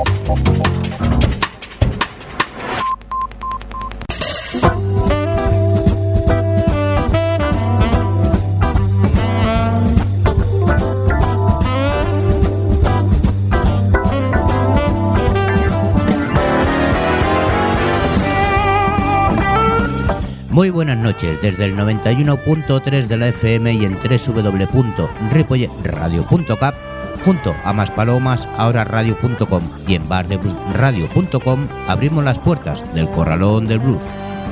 Muy buenas noches, desde el 91.3 de la FM y en www.ripolletradio.cap, junto a Maspalomas, ahora radio.com y en bardebluesradio.com abrimos las puertas del Corralón del Blues.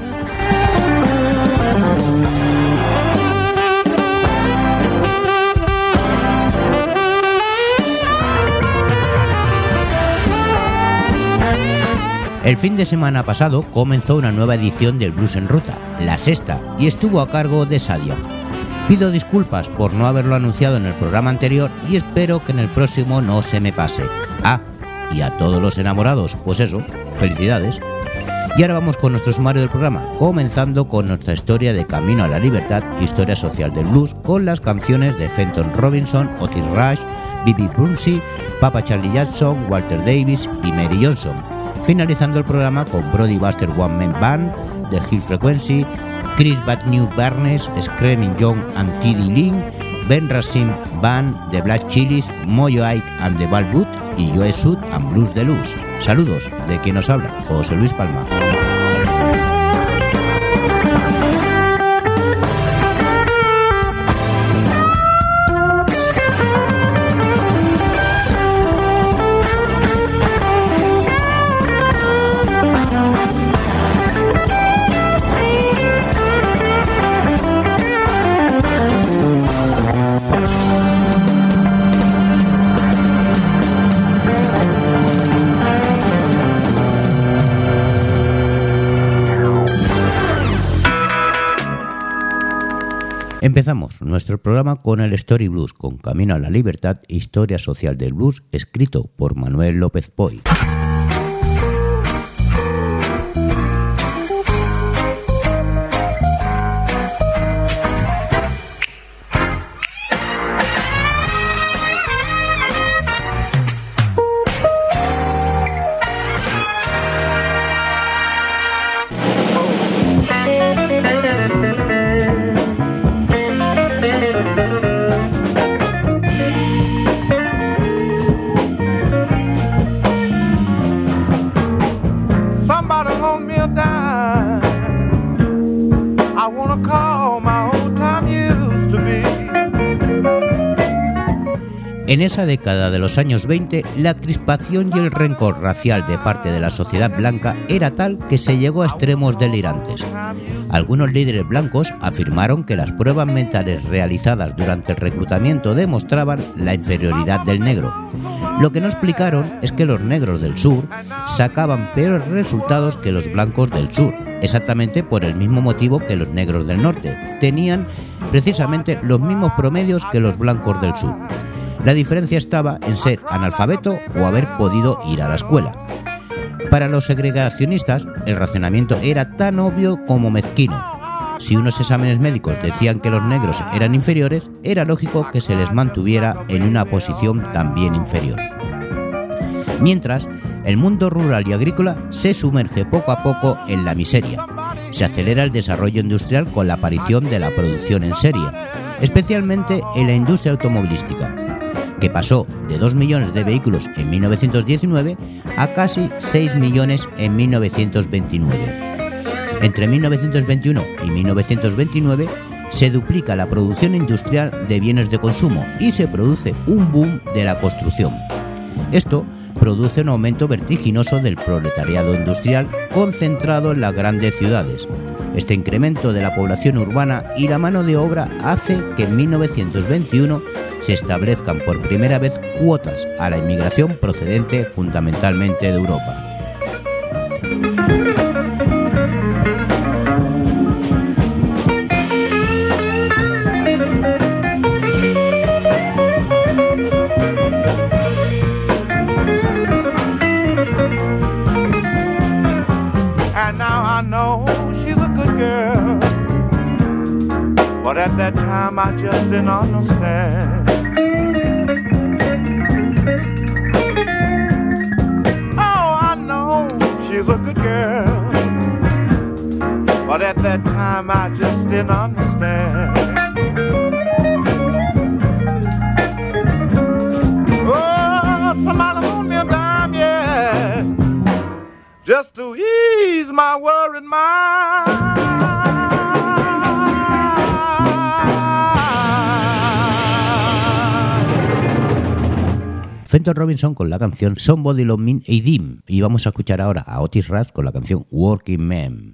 El fin de semana pasado comenzó una nueva edición del Blues en Ruta, la sexta, y estuvo a cargo de Sadia. Pido disculpas por no haberlo anunciado en el programa anterior y espero que en el próximo no se me pase. Ah, y a todos los enamorados, pues eso, felicidades. Y ahora vamos con nuestro sumario del programa, comenzando con nuestra historia de Camino a la Libertad, historia social del blues, con las canciones de Fenton Robinson, Otis Rush, B.B. Brunsey, Papa Charlie Jackson, Walter Davis y Mary Johnson. Finalizando el programa con Brody Buster One Man Band, The Hill Frequency, Chris Bad New Barnes, Screaming John and T.D. Lynn, Ben Racine Band, The Black Chilies, Moyo Ike and the Balboot y Joe Sud and Blues Deluxe. Saludos de quien nos habla, José Luis Palma. Empezamos nuestro programa con el Story Blues, con Camino a la Libertad, historia social del blues, escrito por Manuel López Poy. En esa década de los años 20, la crispación y el rencor racial de parte de la sociedad blanca era tal que se llegó a extremos delirantes. Algunos líderes blancos afirmaron que las pruebas mentales realizadas durante el reclutamiento demostraban la inferioridad del negro. Lo que no explicaron es que los negros del sur sacaban peores resultados que los blancos del sur, exactamente por el mismo motivo que los negros del norte. Tenían precisamente los mismos promedios que los blancos del sur. La diferencia estaba en ser analfabeto o haber podido ir a la escuela. Para los segregacionistas, el razonamiento era tan obvio como mezquino. Si unos exámenes médicos decían que los negros eran inferiores, era lógico que se les mantuviera en una posición también inferior. Mientras, el mundo rural y agrícola se sumerge poco a poco en la miseria. Se acelera el desarrollo industrial con la aparición de la producción en serie, especialmente en la industria automovilística, que pasó de 2 millones de vehículos en 1919 a casi 6 millones en 1929. Entre 1921 y 1929 se duplica la producción industrial de bienes de consumo y se produce un boom de la construcción. Esto produce un aumento vertiginoso del proletariado industrial concentrado en las grandes ciudades. Este incremento de la población urbana y la mano de obra hace que en 1921 se establezcan por primera vez cuotas a la inmigración procedente fundamentalmente de Europa. And now I know she's a good girl, but at that time I just didn't understand. she's a good girl. But at that time I just didn't understand. Oh, somebody loan me a dime, yeah, just to ease my worried mind. Fenton Robinson con la canción Somebody Love Me a Dim, y vamos a escuchar ahora a Otis Rush con la canción Working Man.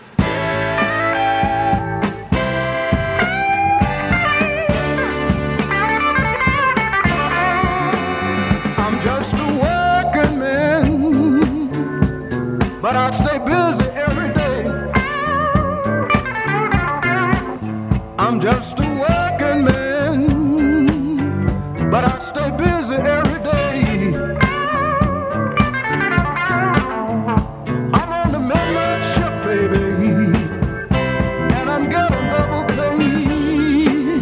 I'm just a working man, but I stay busy every day. I'm just a working man, but I stay busy every day. I'm on the midnight ship, baby, and I'm getting double pay.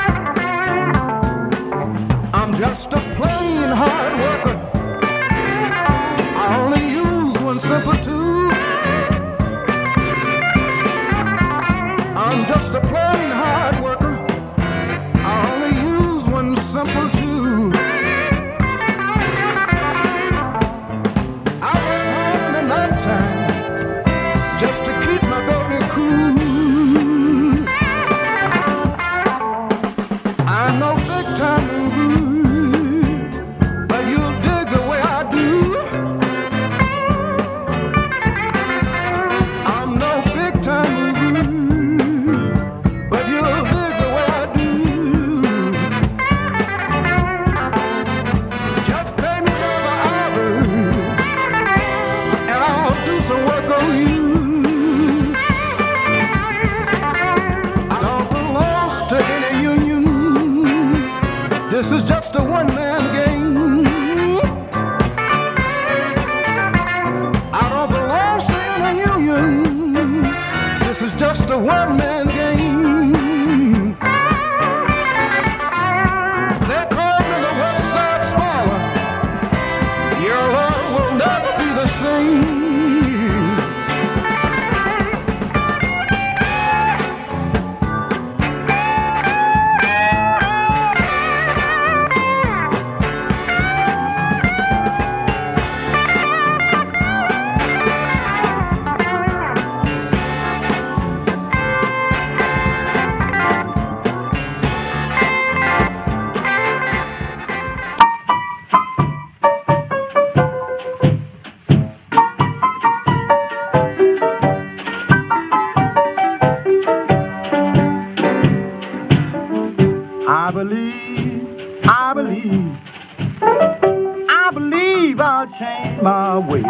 I'm just a plain hard worker. I only use one simple tool. I'm just a plain hard worker. I only use one simple tool. I work hard in the nighttime just to keep my baby cool. I know big time movie, but you'll dig the way I do. I'm no big time movie, but you'll dig the way I do. Just pay me by the hour, and I'll do some work on you. I don't belong to any union. This is just a one-man game. I don't belong to any union. This is just a one-man game. They call me the West Side Spoiler. Your love will never be the same. I believe I'll change my way.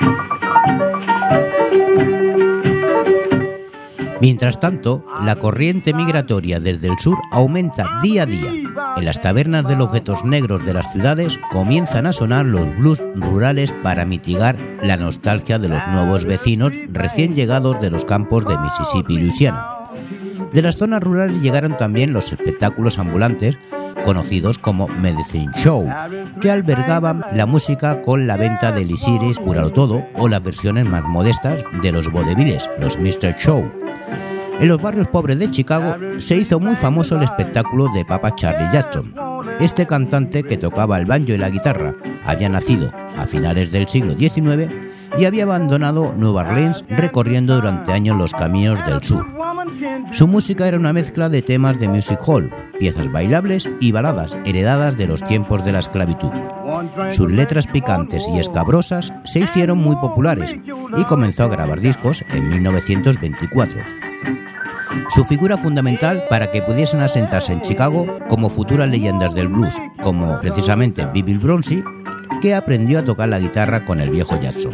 Mientras tanto, la corriente migratoria desde el sur aumenta día a día. En las tabernas de los guetos negros de las ciudades comienzan a sonar los blues rurales para mitigar la nostalgia de los nuevos vecinos recién llegados de los campos de Mississippi y Luisiana. De las zonas rurales llegaron también los espectáculos ambulantes, conocidos como Medicine Show, que albergaban la música con la venta de elixires, cúralo todo, o las versiones más modestas de los vaudevilles, los Mr. Show. En los barrios pobres de Chicago se hizo muy famoso el espectáculo de Papa Charlie Jackson. Este cantante, que tocaba el banjo y la guitarra, había nacido a finales del siglo XIX y había abandonado Nueva Orleans recorriendo durante años los caminos del sur. Su música era una mezcla de temas de music hall, piezas bailables y baladas heredadas de los tiempos de la esclavitud. Sus letras picantes y escabrosas se hicieron muy populares y comenzó a grabar discos en 1924. Su figura fundamental para que pudiesen asentarse en Chicago como futuras leyendas del blues, como precisamente Bill Bronzy, que aprendió a tocar la guitarra con el viejo Jackson.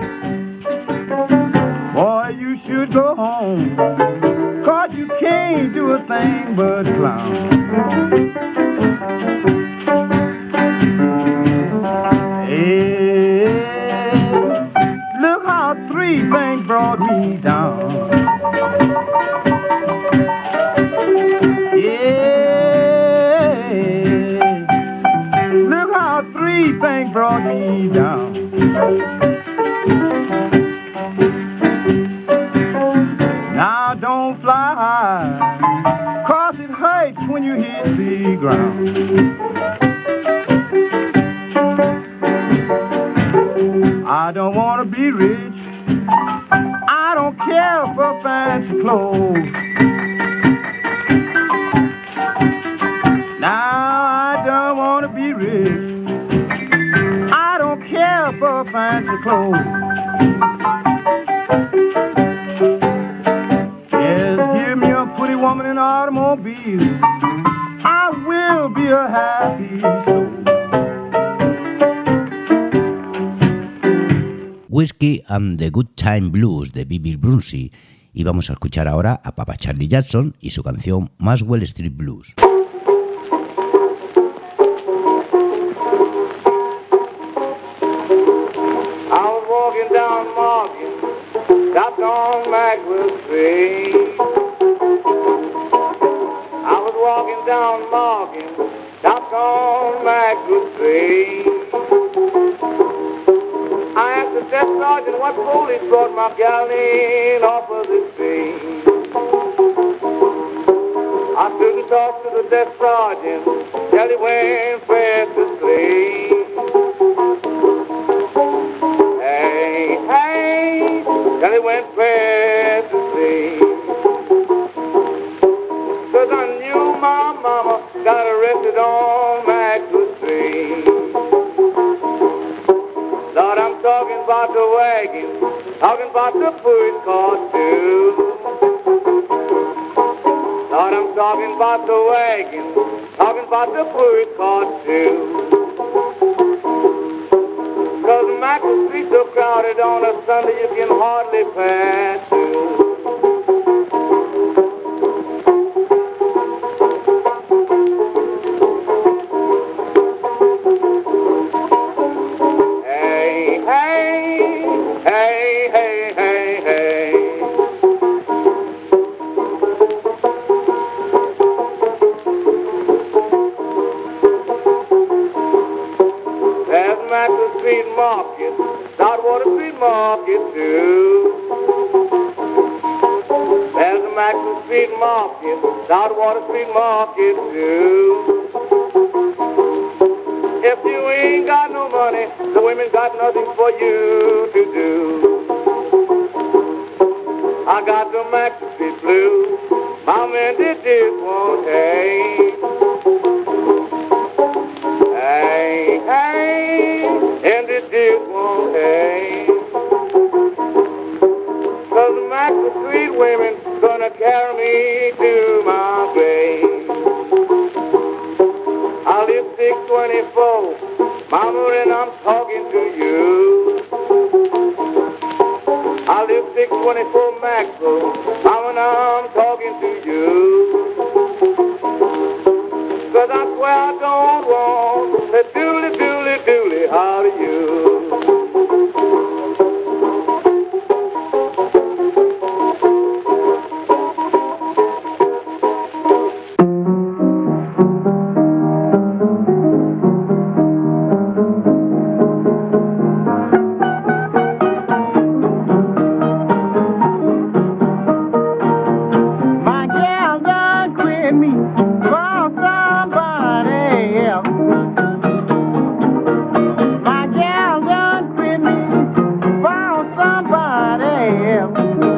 Boy, you should go home, 'cause you can't do a thing but clown. Hey, look how three things brought me down. Look how three things brought me down. I don't want to be rich. I don't care for fancy clothes. Now I don't want to be rich. I don't care for fancy clothes. Yes, give me a pretty woman in an automobile. I will be a happy soul. Whiskey and the Good Time Blues de Bill Brunsey, y vamos a escuchar ahora a Papa Charlie Jackson y su canción Maxwell Street Blues. I was walking down Morgan, stopped on Maxwell Street. I was walking down Morgan, stopped on Maxwell Street. I asked the desk sergeant what police brought my gal in off of the street. I stood and talked to the desk sergeant till he went fast asleep. Hey, hey, till he went fast asleep. 'Cause I knew my mama got arrested on Maxwell Street. Lord, I'm talking about the wagon, talking about the food car too. Lord, I'm talking about the wagon, talking about the food car too. 'Cause Maxwell Street's so crowded on a Sunday you can hardly pass through. Street Market, Southwater Street Market too. There's a Maxwell Street Market, Southwater Street Market too. If you ain't got no money, the women got nothing for you to do. I got the Maxwell Street Blues, my man did this one day. Hey, hey, and it did one day. 'Cause the Maxwell Street women gonna carry me to my grave. I live 624, Mama, and I'm talking to you. I live 624 Maxwell, Mama, and I'm talking to you. 'Cause I swear I don't want the dooley, dooley, dooley out of you. My gal done quit me for somebody else. My gal done quit me for somebody else.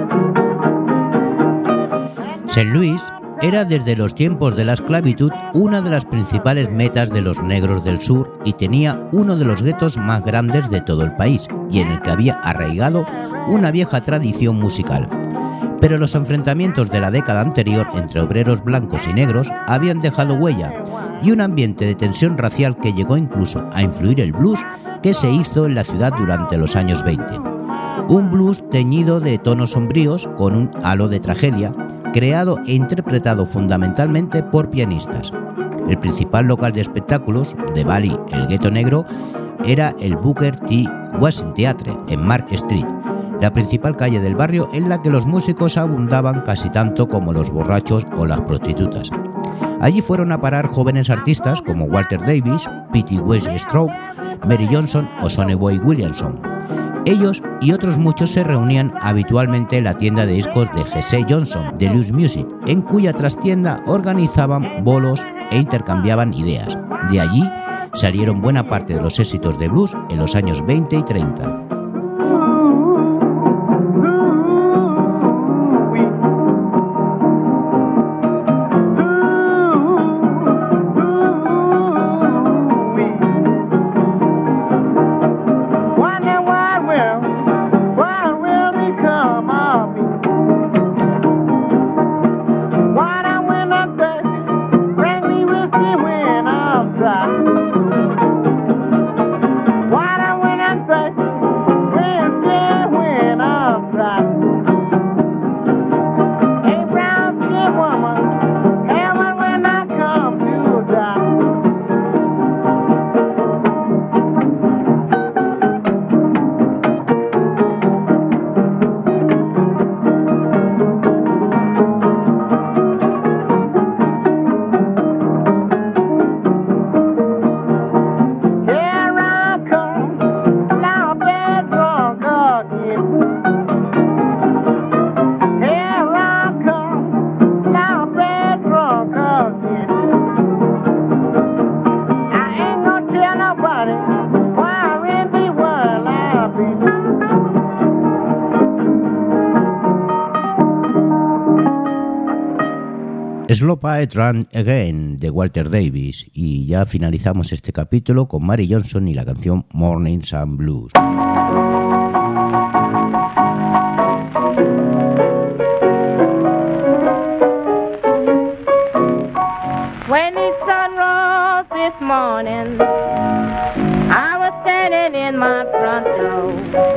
St. Louis era desde los tiempos de la esclavitud una de las principales metas de los negros del sur y tenía uno de los guetos más grandes de todo el país y en el que había arraigado una vieja tradición musical. Pero los enfrentamientos de la década anterior entre obreros blancos y negros habían dejado huella y un ambiente de tensión racial que llegó incluso a influir el blues que se hizo en la ciudad durante los años 20. Un blues teñido de tonos sombríos con un halo de tragedia, creado e interpretado fundamentalmente por pianistas. El principal local de espectáculos de Bali, el gueto negro, era el Booker T. Washington Theatre en Mark Street, la principal calle del barrio en la que los músicos abundaban casi tanto como los borrachos o las prostitutas. Allí fueron a parar jóvenes artistas como Walter Davis, Pete Westbrook, Mary Johnson o Sonny Boy Williamson. Ellos y otros muchos se reunían habitualmente en la tienda de discos de Jesse Johnson, Deluxe Music, en cuya trastienda organizaban bolos e intercambiaban ideas. De allí salieron buena parte de los éxitos de blues en los años 20 y 30. Slope I Run Again de Walter Davis, y ya finalizamos este capítulo con Mary Johnson y la canción Morning Sun Blues. When the sun rose this morning, I was standing in my front door.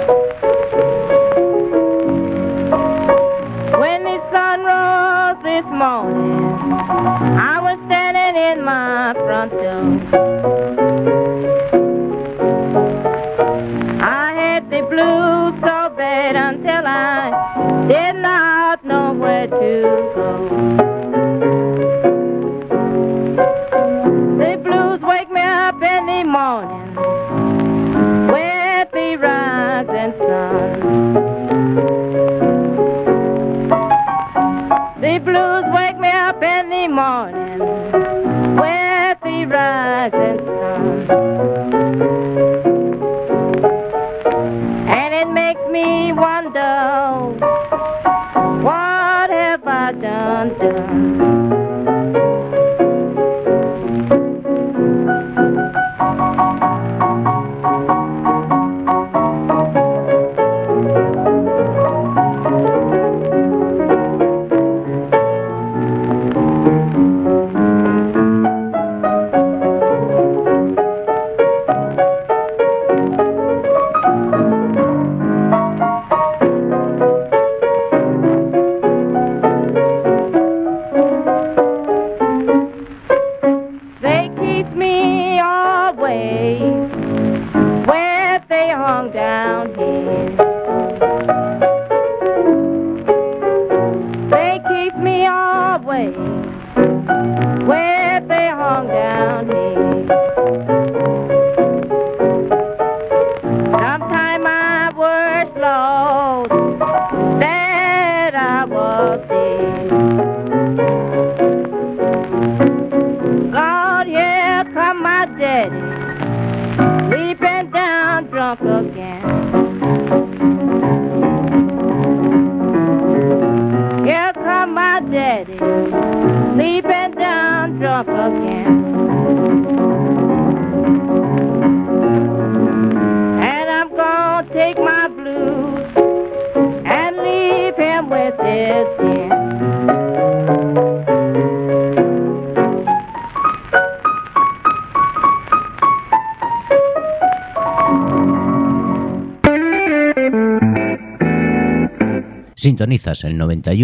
When the sun rose this morning, I was standing in my front door. I had the blues so bad until I did not know where to go. The blues wake me up in the morning with the rising sun. The blues wake me up in the morning with the rising sun. And it makes me wonder, what have I done? Sintonizas el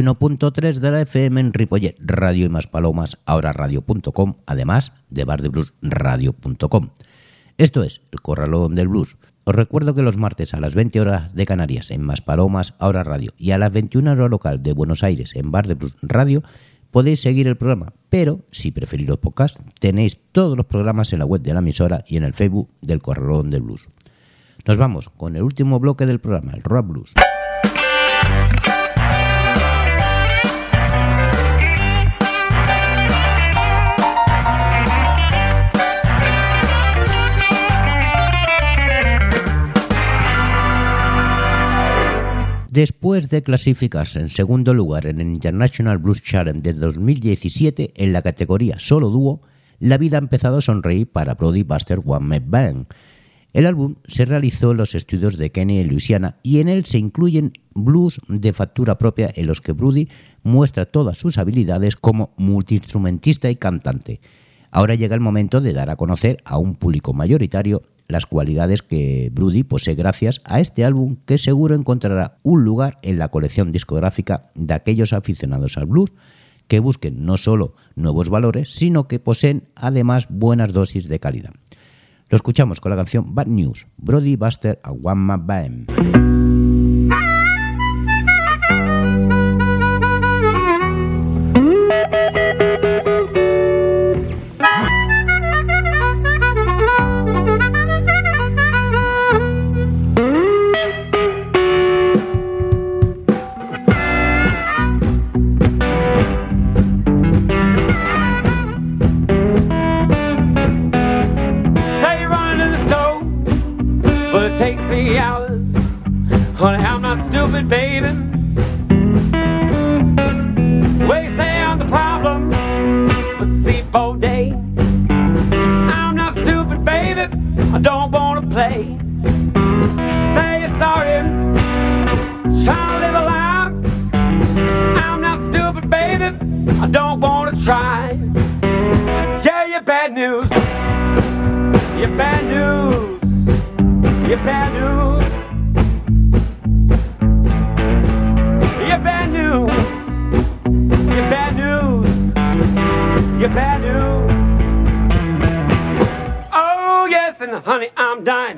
91.3 de la FM en Ripollet, Radio y Más Palomas, ahora radio.com, además de bardebluesradio.com. Esto es El Corralón del Blues. Os recuerdo que los martes a las 20 horas de Canarias en Más Palomas, ahora radio, y a las 21 horas local de Buenos Aires en Bar de Blues Radio, podéis seguir el programa, pero si preferís los podcasts, tenéis todos los programas en la web de la emisora y en el Facebook del Corralón del Blues. Nos vamos con el último bloque del programa, el Rock Blues. Después de clasificarse en segundo lugar en el International Blues Challenge de 2017 en la categoría solo dúo, la vida ha empezado a sonreír para Brody Buster One Man Band. El álbum se realizó en los estudios de Kenny en Luisiana y en él se incluyen blues de factura propia en los que Brody muestra todas sus habilidades como multiinstrumentista y cantante. Ahora llega el momento de dar a conocer a un público mayoritario las cualidades que Brody posee gracias a este álbum, que seguro encontrará un lugar en la colección discográfica de aquellos aficionados al blues que busquen no solo nuevos valores, sino que poseen además buenas dosis de calidad. Lo escuchamos con la canción Bad News, Brody Buster and One Man Band. Honey, I'm not stupid, baby. Way say I'm the problem. don't wanna play. Say you're sorry, try to live a lie. I'm not stupid, baby, I don't wanna try. Yeah, you're bad news. You're bad news. You're bad news. You're bad news. You're bad news. You're bad news. Oh yes, and honey, I'm dying.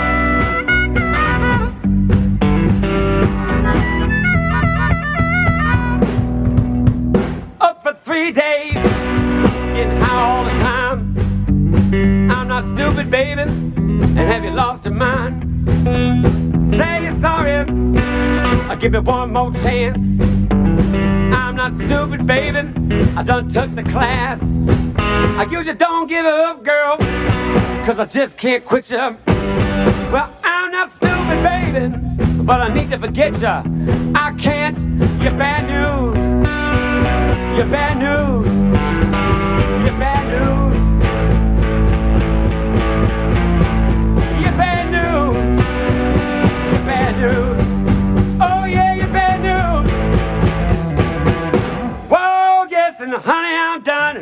Up for 3 days, getting high all the time. I'm not stupid, baby, and have you lost your mind? Say you're sorry, I'll give you one more chance. I'm not stupid, baby, I done took the class. I usually don't give up, girl, cause I just can't quit you. Well, I'm not stupid, baby, but I need to forget you. I can't, you're bad news. You're bad news. You're bad news. You're bad news. You're bad news. Oh yeah, you're bad news. Whoa, yes, and honey, I'm done.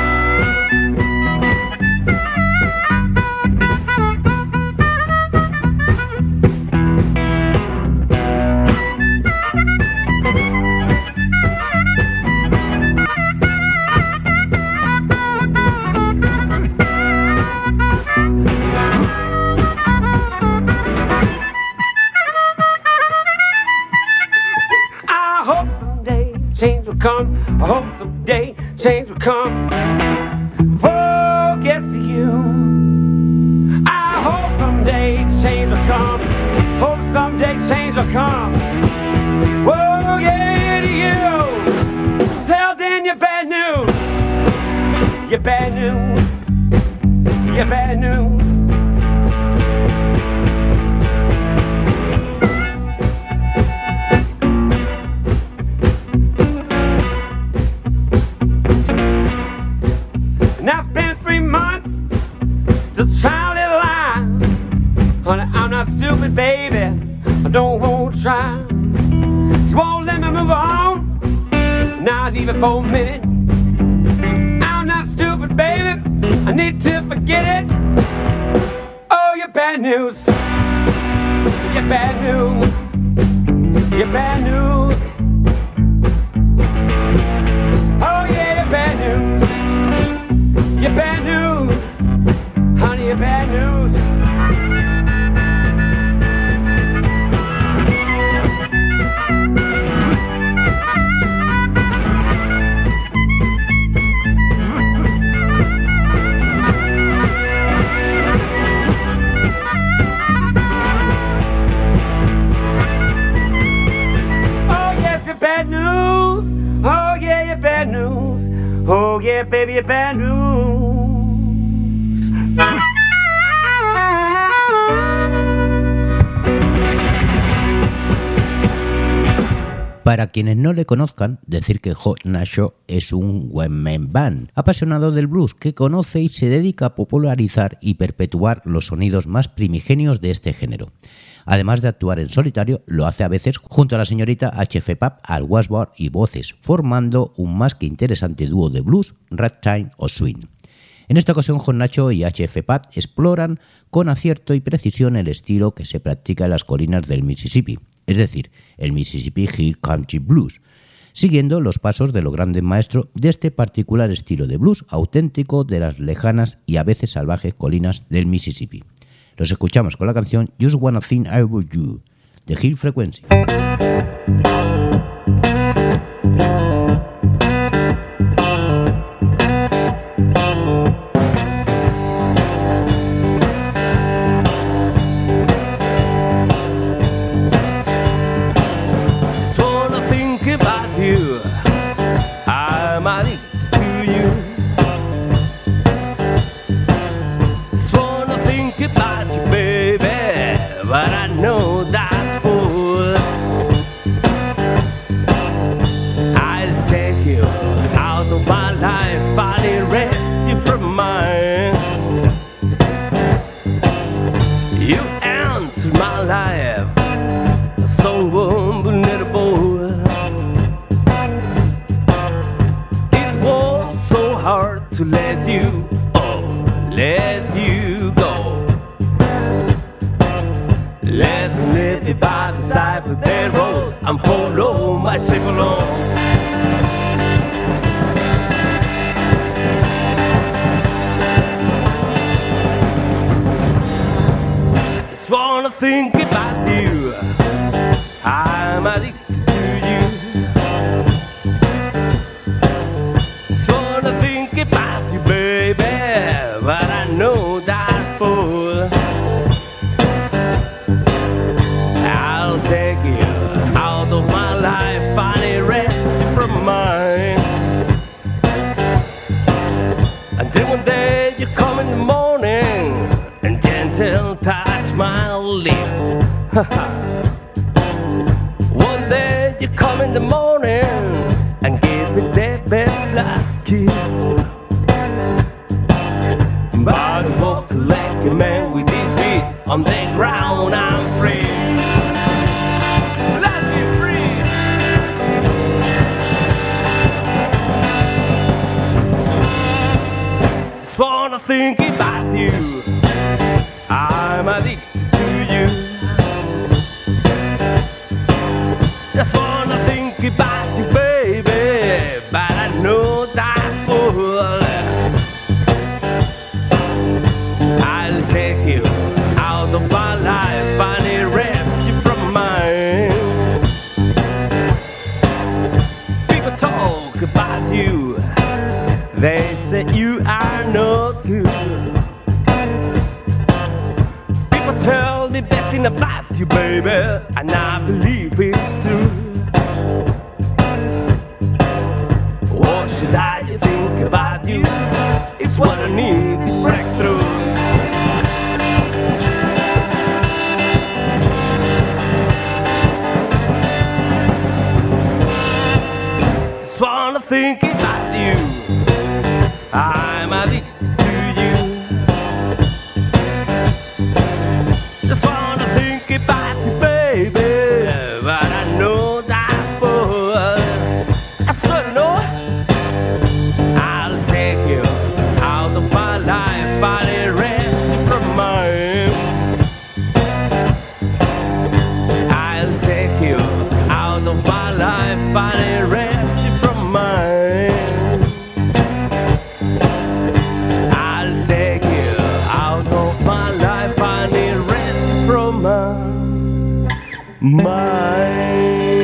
Change will come, I hope someday change will come. Oh, yes to you. I hope someday change will come. Hope someday change will come. Oh, yeah to you. Tell Dan you're bad news. You're bad news. You're bad news. Now it's been 3 months, still trying to live a lie. Honey, I'm not stupid, baby, I don't want to try. You won't let me move on, not even for a minute. I'm not stupid, baby, I need to forget it. Oh, you're bad news. You're bad news. You're bad news. Oh yeah, you're bad news. You're bad news, honey, you're bad news. Oh yes, you're bad news. Oh yeah, you're bad news. Oh yeah, baby, you're bad news. Para quienes no le conozcan, decir que Hot Nacho es un one-man band, apasionado del blues que conoce y se dedica a popularizar y perpetuar los sonidos más primigenios de este género. Además de actuar en solitario, lo hace a veces junto a la señorita H.F. Papp al washboard y voces, formando un más que interesante dúo de blues, ragtime o swing. En esta ocasión, Hot Nacho y H.F. Papp exploran con acierto y precisión el estilo que se practica en las colinas del Mississippi, es decir, el Mississippi Hill Country Blues, siguiendo los pasos de los grandes maestros de este particular estilo de blues auténtico de las lejanas y a veces salvajes colinas del Mississippi. Los escuchamos con la canción Just Wanna Think About You, de Hill Frequency. But I know that's full. I'll take you out of my life, I'll erase you from mine. someone little boy. It was so hard to let you go. Let me by the side of that road. I'm follow my trip along. Just wanna think about you. I'm addicted to you. Just wanna think about you, baby, but I know that fool. I'll take you out of my life, find a rest from mine. And then one day you come in the morning and gentle touch my lips. One day you come in the morning and give me that best last kiss. But I walk like a man with his feet on the ground. I'm free. Let me free. Just wanna think about you. I'm addicted to you. Just wanna think about you, baby, but I know that's full. I'll take you out of my life and erase you from mine. People talk about you, they say you are not good. People tell me that thing about you, baby, and I believe it's true. What should I think about you? It's what I need to break through. Just wanna think about you. I'm addicted to you. Just wanna think about you, baby, but I know that's full. I swear to know, I'll take you out of my life, but erase you from mine. I'll take you out of my life, but erase you from mine. I'll take you out of my life, and erase you from mine.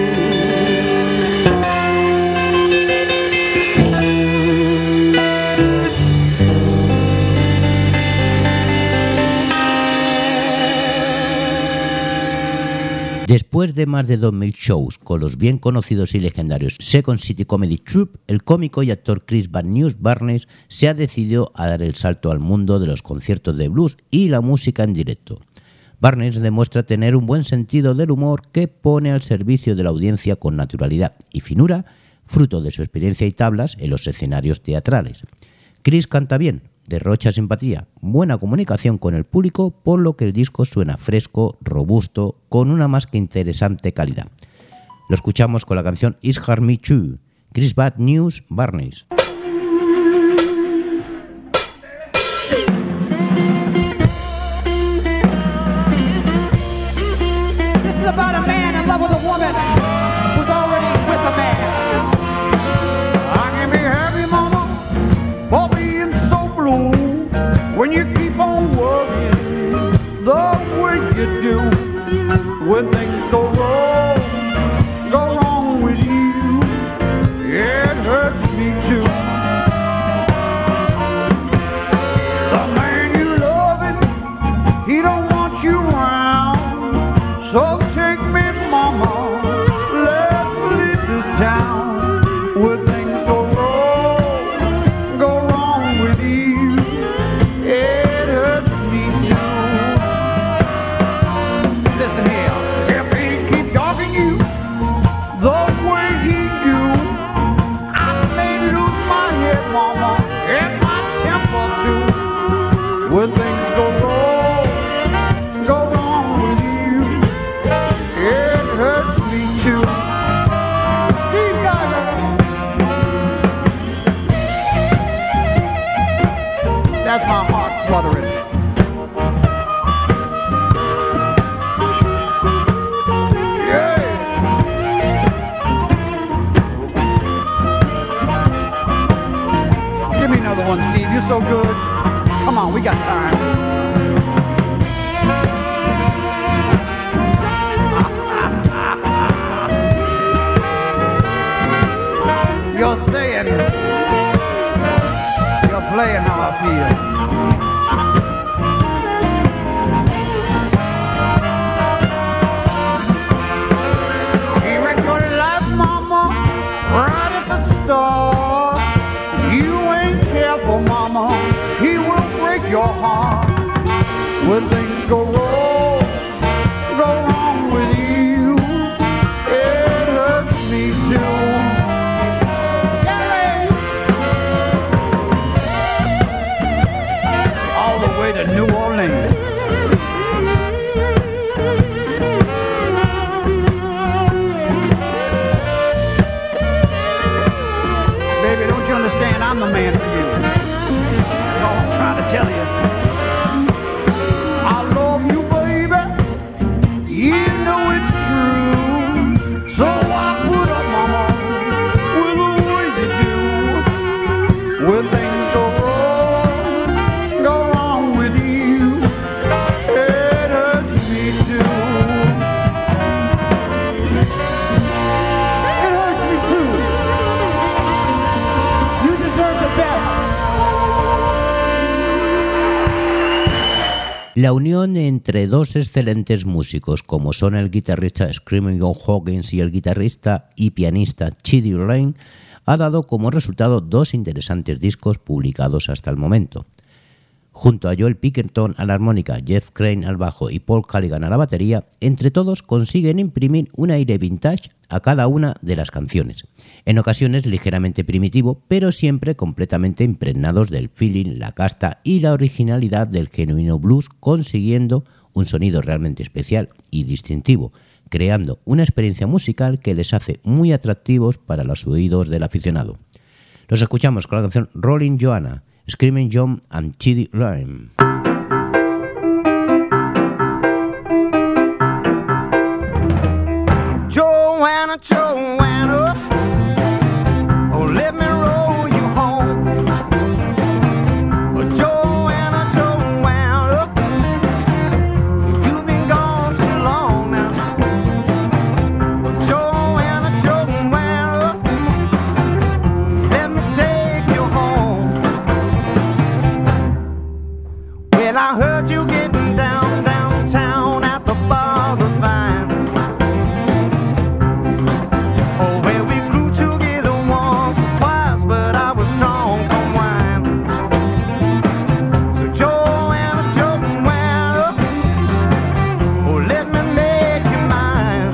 Después de más de 2000 shows con los bien conocidos y legendarios Second City Comedy Troupe, el cómico y actor Chris Bad News Barnes se ha decidido a dar el salto al mundo de los conciertos de blues y la música en directo. Barnes demuestra tener un buen sentido del humor que pone al servicio de la audiencia con naturalidad y finura, fruto de su experiencia y tablas en los escenarios teatrales. Chris canta bien, derrocha simpatía, buena comunicación con el público, por lo que el disco suena fresco, robusto, con una más que interesante calidad. Lo escuchamos con la canción It's Hard Me Too, Chris Bad News Barnes. This is about a man in love with a woman who's already with a man. I can be happy, mama, for being so blue when you keep on worrying the way you do. When things go wrong with you, it hurts me too. The man you loving, he don't want you around, so take me, mama, let's leave this town. When things go wrong with you, it hurts me too. Listen here, if he keep dogging you the way he do, I may lose my head, mama, and my temper too. When things go wrong with you, it hurts so good. Come on, we got time. You're saying, you're playing how I feel. He wrecked your life, mama, right at the start. You ain't careful, mama, he will break your heart. When things go wrong with you, it hurts me too. To New Orleans. Baby, don't you understand? I'm the man for you. That's all I'm trying to tell you. I love you, baby. You know it's true. So I put up, mama, with the way you do. When things go wrong with you, it hurts me too. It hurts me too. You deserve the best. La unión entre dos excelentes músicos como son el guitarrista Screaming John Hawkins y el guitarrista y pianista Chidi Lane ha dado como resultado dos interesantes discos publicados hasta el momento. Junto a Joel Pinkerton a la armónica, Jeff Crane al bajo y Paul Callaghan a la batería, entre todos consiguen imprimir un aire vintage a cada una de las canciones, en ocasiones ligeramente primitivo, pero siempre completamente impregnados del feeling, la casta y la originalidad del genuino blues, consiguiendo un sonido realmente especial y distintivo, creando una experiencia musical que les hace muy atractivos para los oídos del aficionado. Los escuchamos con la canción Rolling Joanna, Screaming John and Chidi Lane. Joanna, Joanna, oh, let me roll you home. Oh, Joanna, Joanna, you've been gone too long now. Oh, Joanna, Joanna, let me take you home. Well, I heard you getting downtown at the bar of Vine. Oh, well, we grew together once or twice, but I was strong from wine. So Joanna, Joanna, oh, let me make you mine.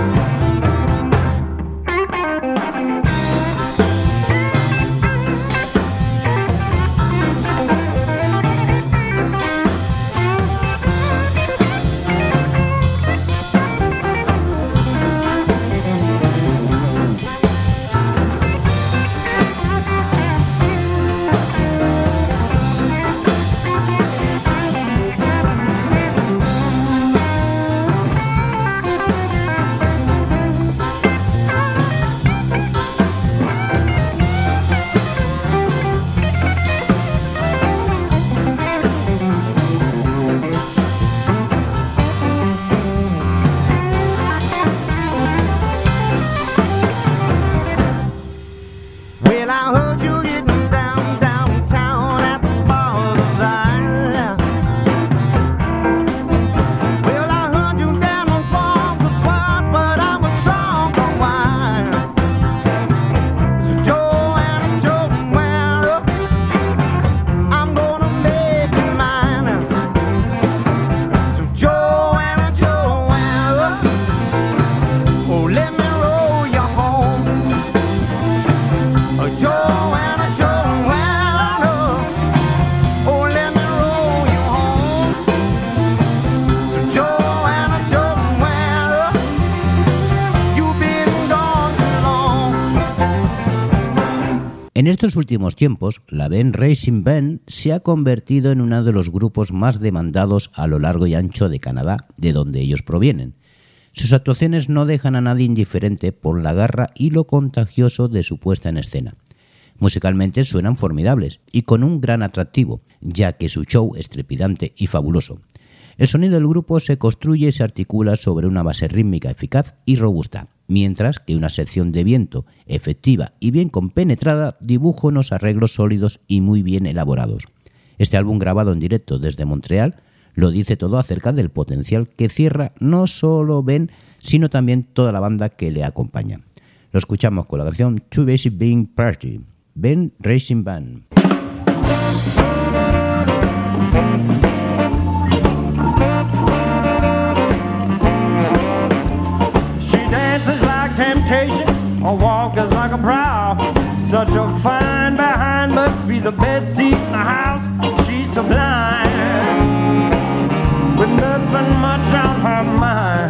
Well, I heard you getting downtown at the bar of the Vine. Well, I heard you down once or twice, but I was strong from wine. So Joanna, Joanna, I'm gonna make you mine. So Joanna, Joanna, oh, let me roll you home. Joanna, Joanna, oh, let me roll you home. So Joanna, Joanna, you've been gone too long. En estos últimos tiempos, la Ben Racing Band se ha convertido en uno de los grupos más demandados a lo largo y ancho de Canadá, de donde ellos provienen. Sus actuaciones no dejan a nadie indiferente por la garra y lo contagioso de su puesta en escena. Musicalmente suenan formidables y con un gran atractivo, ya que su show es trepidante y fabuloso. El sonido del grupo se construye y se articula sobre una base rítmica eficaz y robusta, mientras que una sección de viento efectiva y bien compenetrada dibuja unos arreglos sólidos y muy bien elaborados. Este álbum, grabado en directo desde Montreal, lo dice todo acerca del potencial que cierra no solo Ben, sino también toda la banda que le acompaña. Lo escuchamos con la canción Too Busy Being Party, Ben Racing Band. Temptation, or walk is like a prow. Such a fine behind must be the best seat in the house. She's sublime, with nothing much on her mind.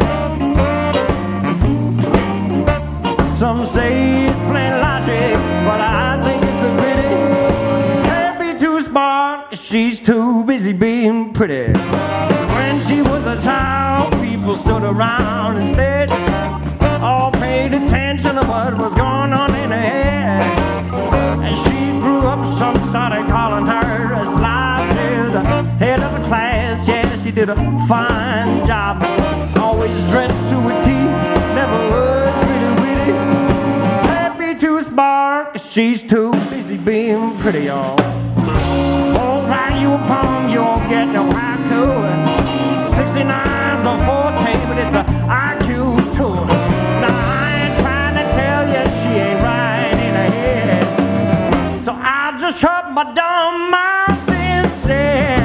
Some say it's plain logic, but I think it's a pity. Can't be too smart, she's too busy being pretty. When she was a child, people stood around instead, all paid attention to what was going on in her head. As she grew up, some started calling her a slob. She's the head of a class, yeah, she did a fine job. Always dressed to a T, never was really witty. Can't be too smart, she's too busy being pretty, y'all. Won't write you a poem, you won't get no haiku. 69's a forte, but it's a IQ tour. Just shut my dumb mouth and say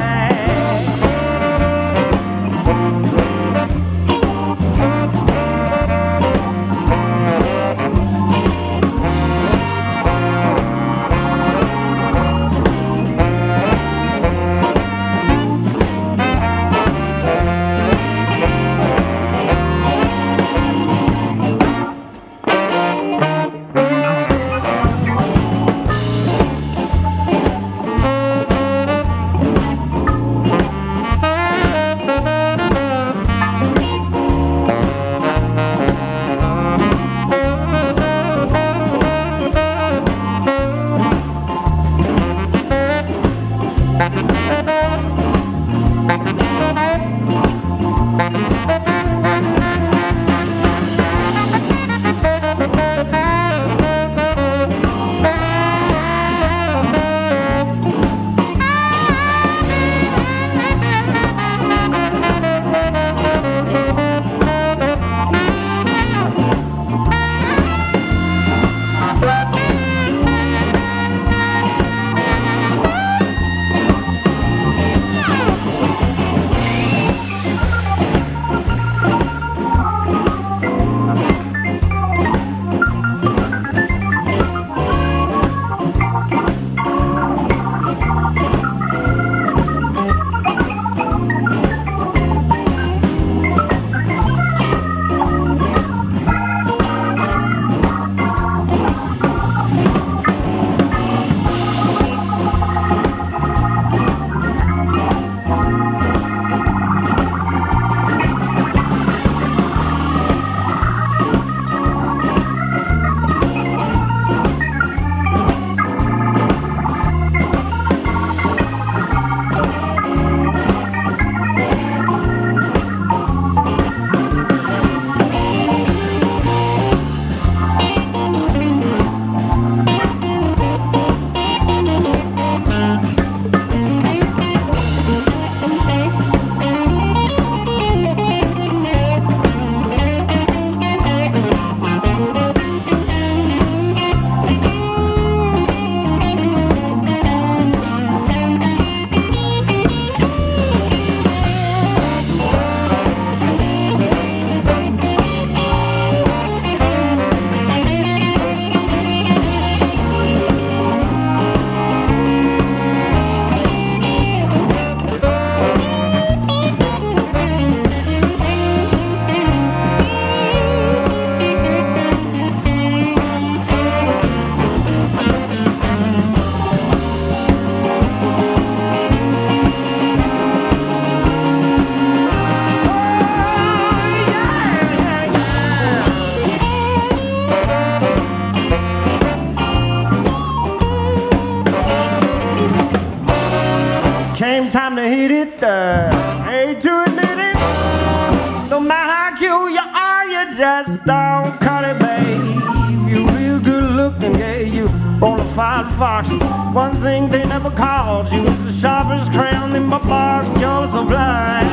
ain't time to hit it. Hate to admit it. No matter how cute you are, you just don't cut it, babe. You real good looking, yeah, you bonafide fox. One thing they never called you was the sharpest crown in my box. You're so blind.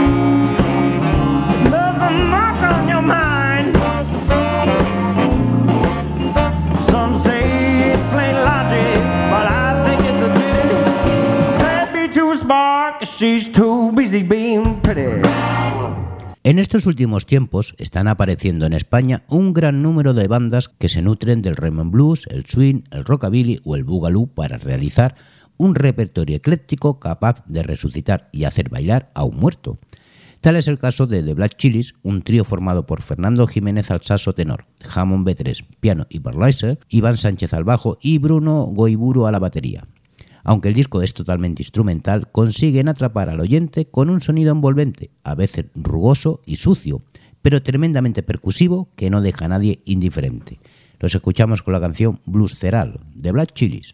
Nothing much on your mind. Some say it's plain logic, but I think it's a pity. Can't be too smart, she's too busy being pretty. En estos últimos tiempos están apareciendo en España un gran número de bandas que se nutren del rhythm and blues, el swing, el rockabilly o el boogaloo para realizar un repertorio ecléctico capaz de resucitar y hacer bailar a un muerto. Tal es el caso de The Black Chilies, un trío formado por Fernando Jiménez al saxo tenor, Hammond B3, piano y Burleiser, Iván Sánchez al bajo y Bruno Goiburu a la batería. Aunque el disco es totalmente instrumental, consiguen atrapar al oyente con un sonido envolvente, a veces rugoso y sucio, pero tremendamente percusivo que no deja a nadie indiferente. Los escuchamos con la canción Blues Ceral, de Black Chilies.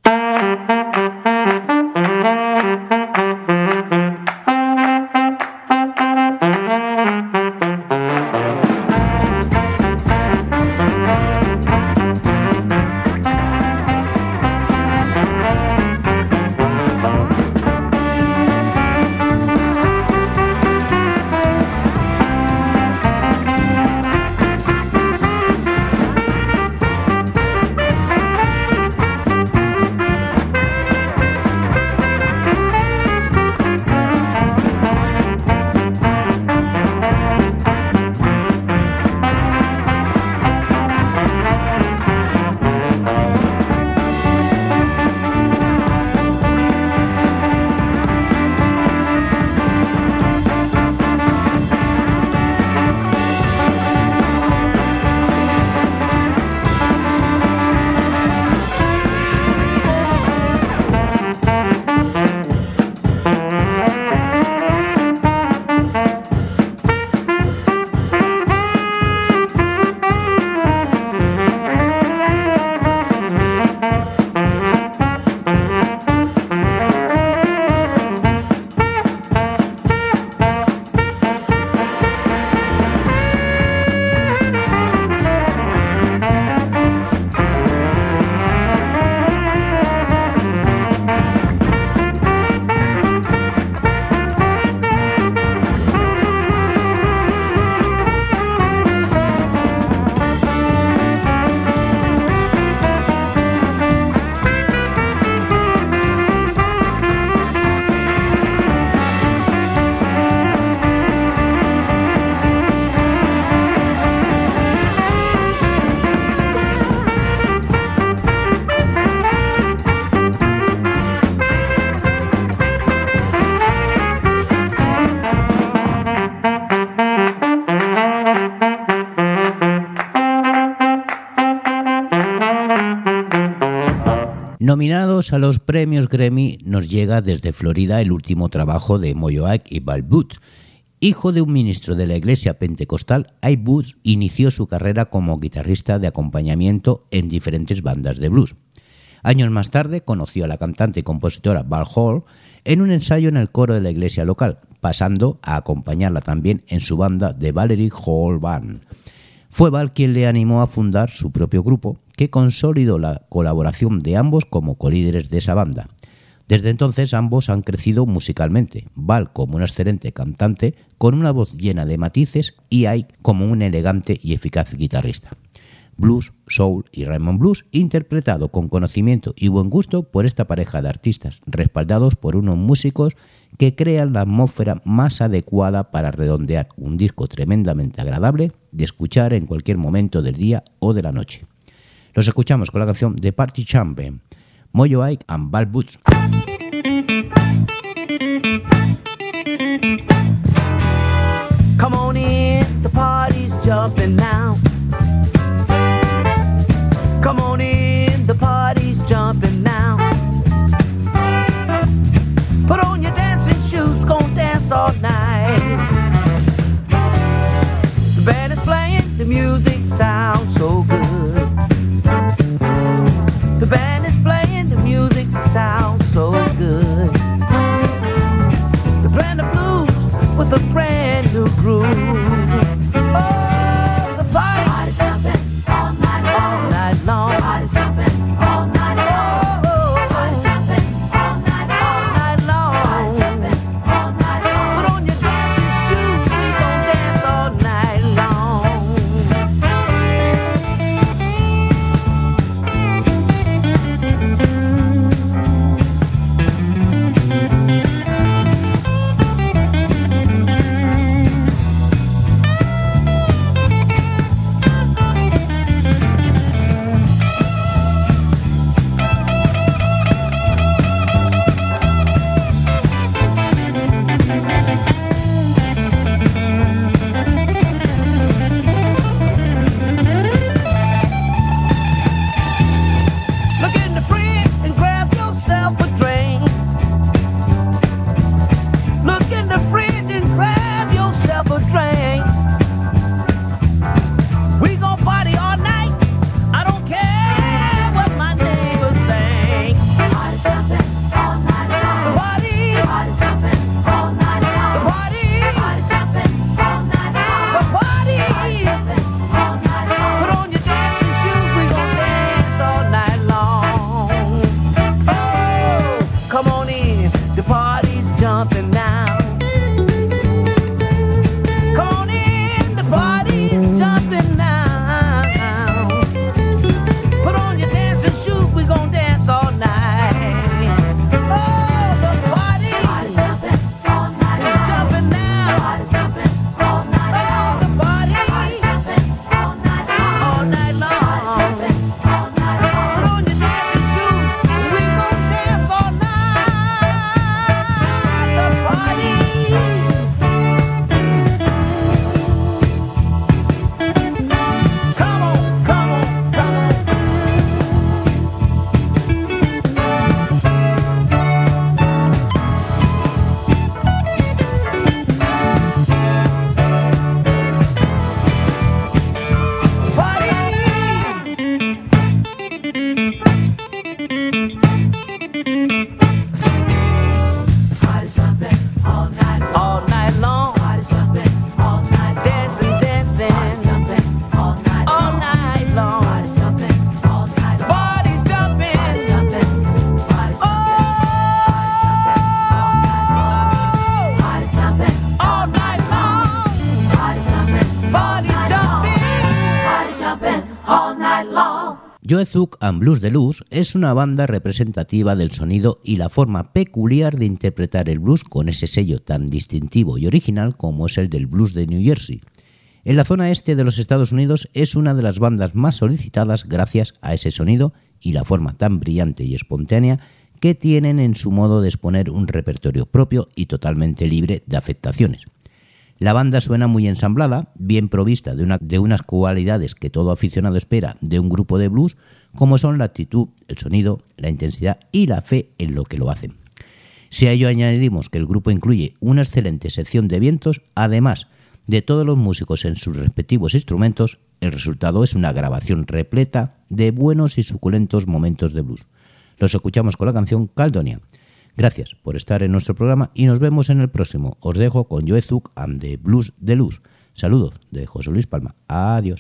Nominados a los premios Grammy, nos llega desde Florida el último trabajo de Mojo Ike y Val Boots. Hijo de un ministro de la iglesia pentecostal, Ike Boots inició su carrera como guitarrista de acompañamiento en diferentes bandas de blues. Años más tarde conoció a la cantante y compositora Val Hall en un ensayo en el coro de la iglesia local, pasando a acompañarla también en su banda The Valerie Hall Band. Fue Val quien le animó a fundar su propio grupo, que consolidó la colaboración de ambos como colíderes de esa banda. Desde entonces ambos han crecido musicalmente, Val como un excelente cantante con una voz llena de matices y Ike como un elegante y eficaz guitarrista. Blues, soul y rhythm and blues interpretado con conocimiento y buen gusto por esta pareja de artistas, respaldados por unos músicos que crean la atmósfera más adecuada para redondear un disco tremendamente agradable de escuchar en cualquier momento del día o de la noche. Los escuchamos con la canción The Party Champion, Mojo Ike and Val Boots. Come on in, the party's jumping now. Come on in, the party's jumping now. Put on your dancing shoes, gonna dance all night. The band is playing, the music sounds so good. The band is playing, the music sounds so good. night long. Joe Zuck and Blues Deluxe es una banda representativa del sonido y la forma peculiar de interpretar el blues con ese sello tan distintivo y original como es el del blues de New Jersey. En la zona este de los Estados Unidos es una de las bandas más solicitadas gracias a ese sonido y la forma tan brillante y espontánea que tienen en su modo de exponer un repertorio propio y totalmente libre de afectaciones. La banda suena muy ensamblada, bien provista de unas cualidades que todo aficionado espera de un grupo de blues, como son la actitud, el sonido, la intensidad y la fe en lo que lo hacen. Si a ello añadimos que el grupo incluye una excelente sección de vientos, además de todos los músicos en sus respectivos instrumentos, el resultado es una grabación repleta de buenos y suculentos momentos de blues. Los escuchamos con la canción Caledonia. Gracias por estar en nuestro programa y nos vemos en el próximo. Os dejo con Joe Zuck and the Blues Deluxe. Saludos de José Luis Palma. Adiós.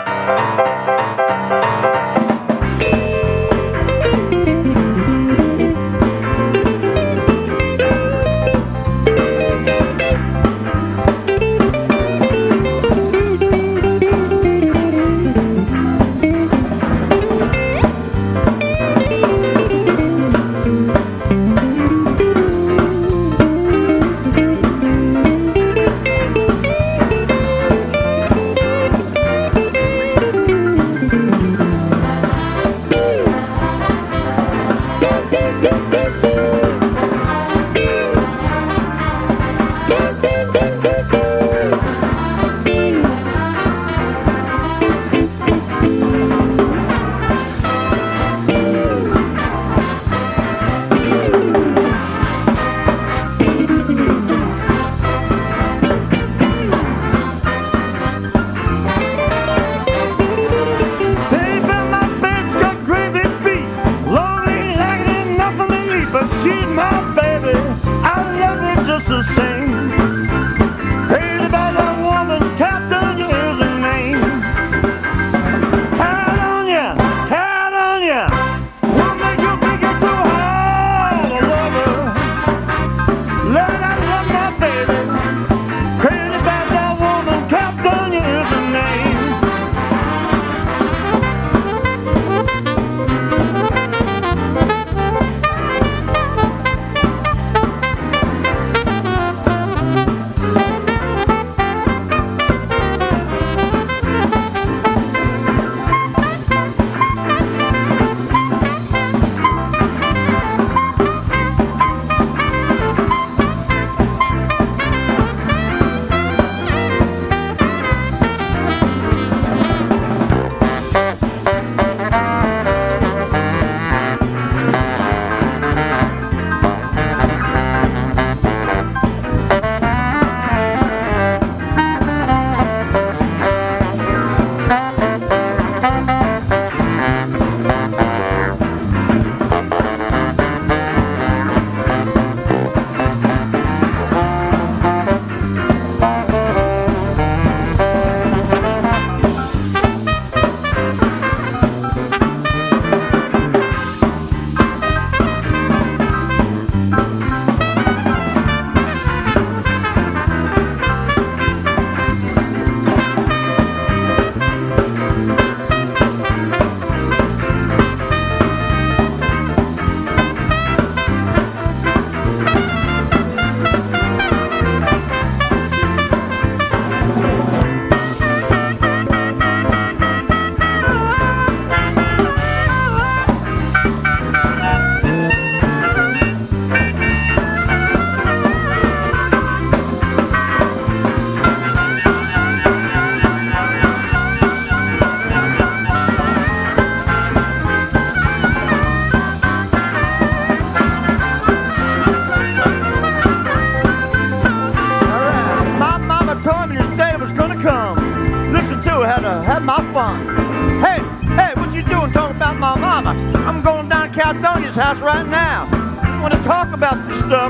Caledonia's house right now. I want to talk about this stuff.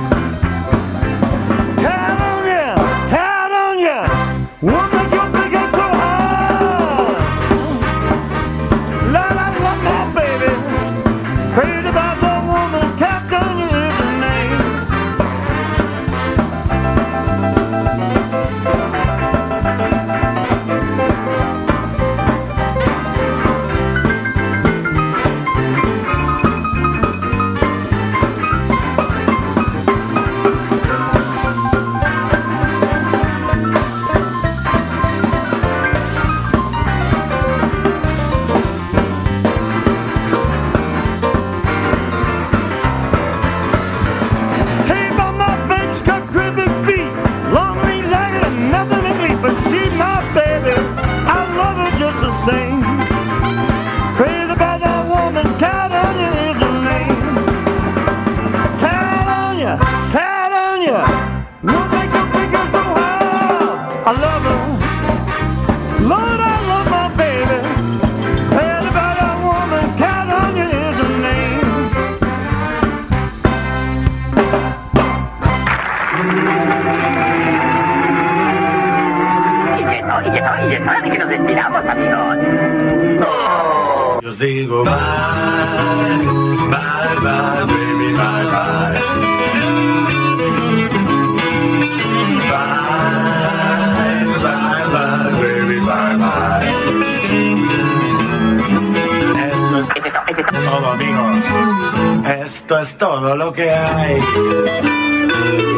Caledonia, Caledonia, what make your big head so high? La la la la, baby, crazy about the woman. Caledonia is her name. Yo os digo bye, bye, bye, baby, bye, bye. Bye, bye, bye, baby, bye, bye. Esto es todo, amigos. Esto es todo lo que hay.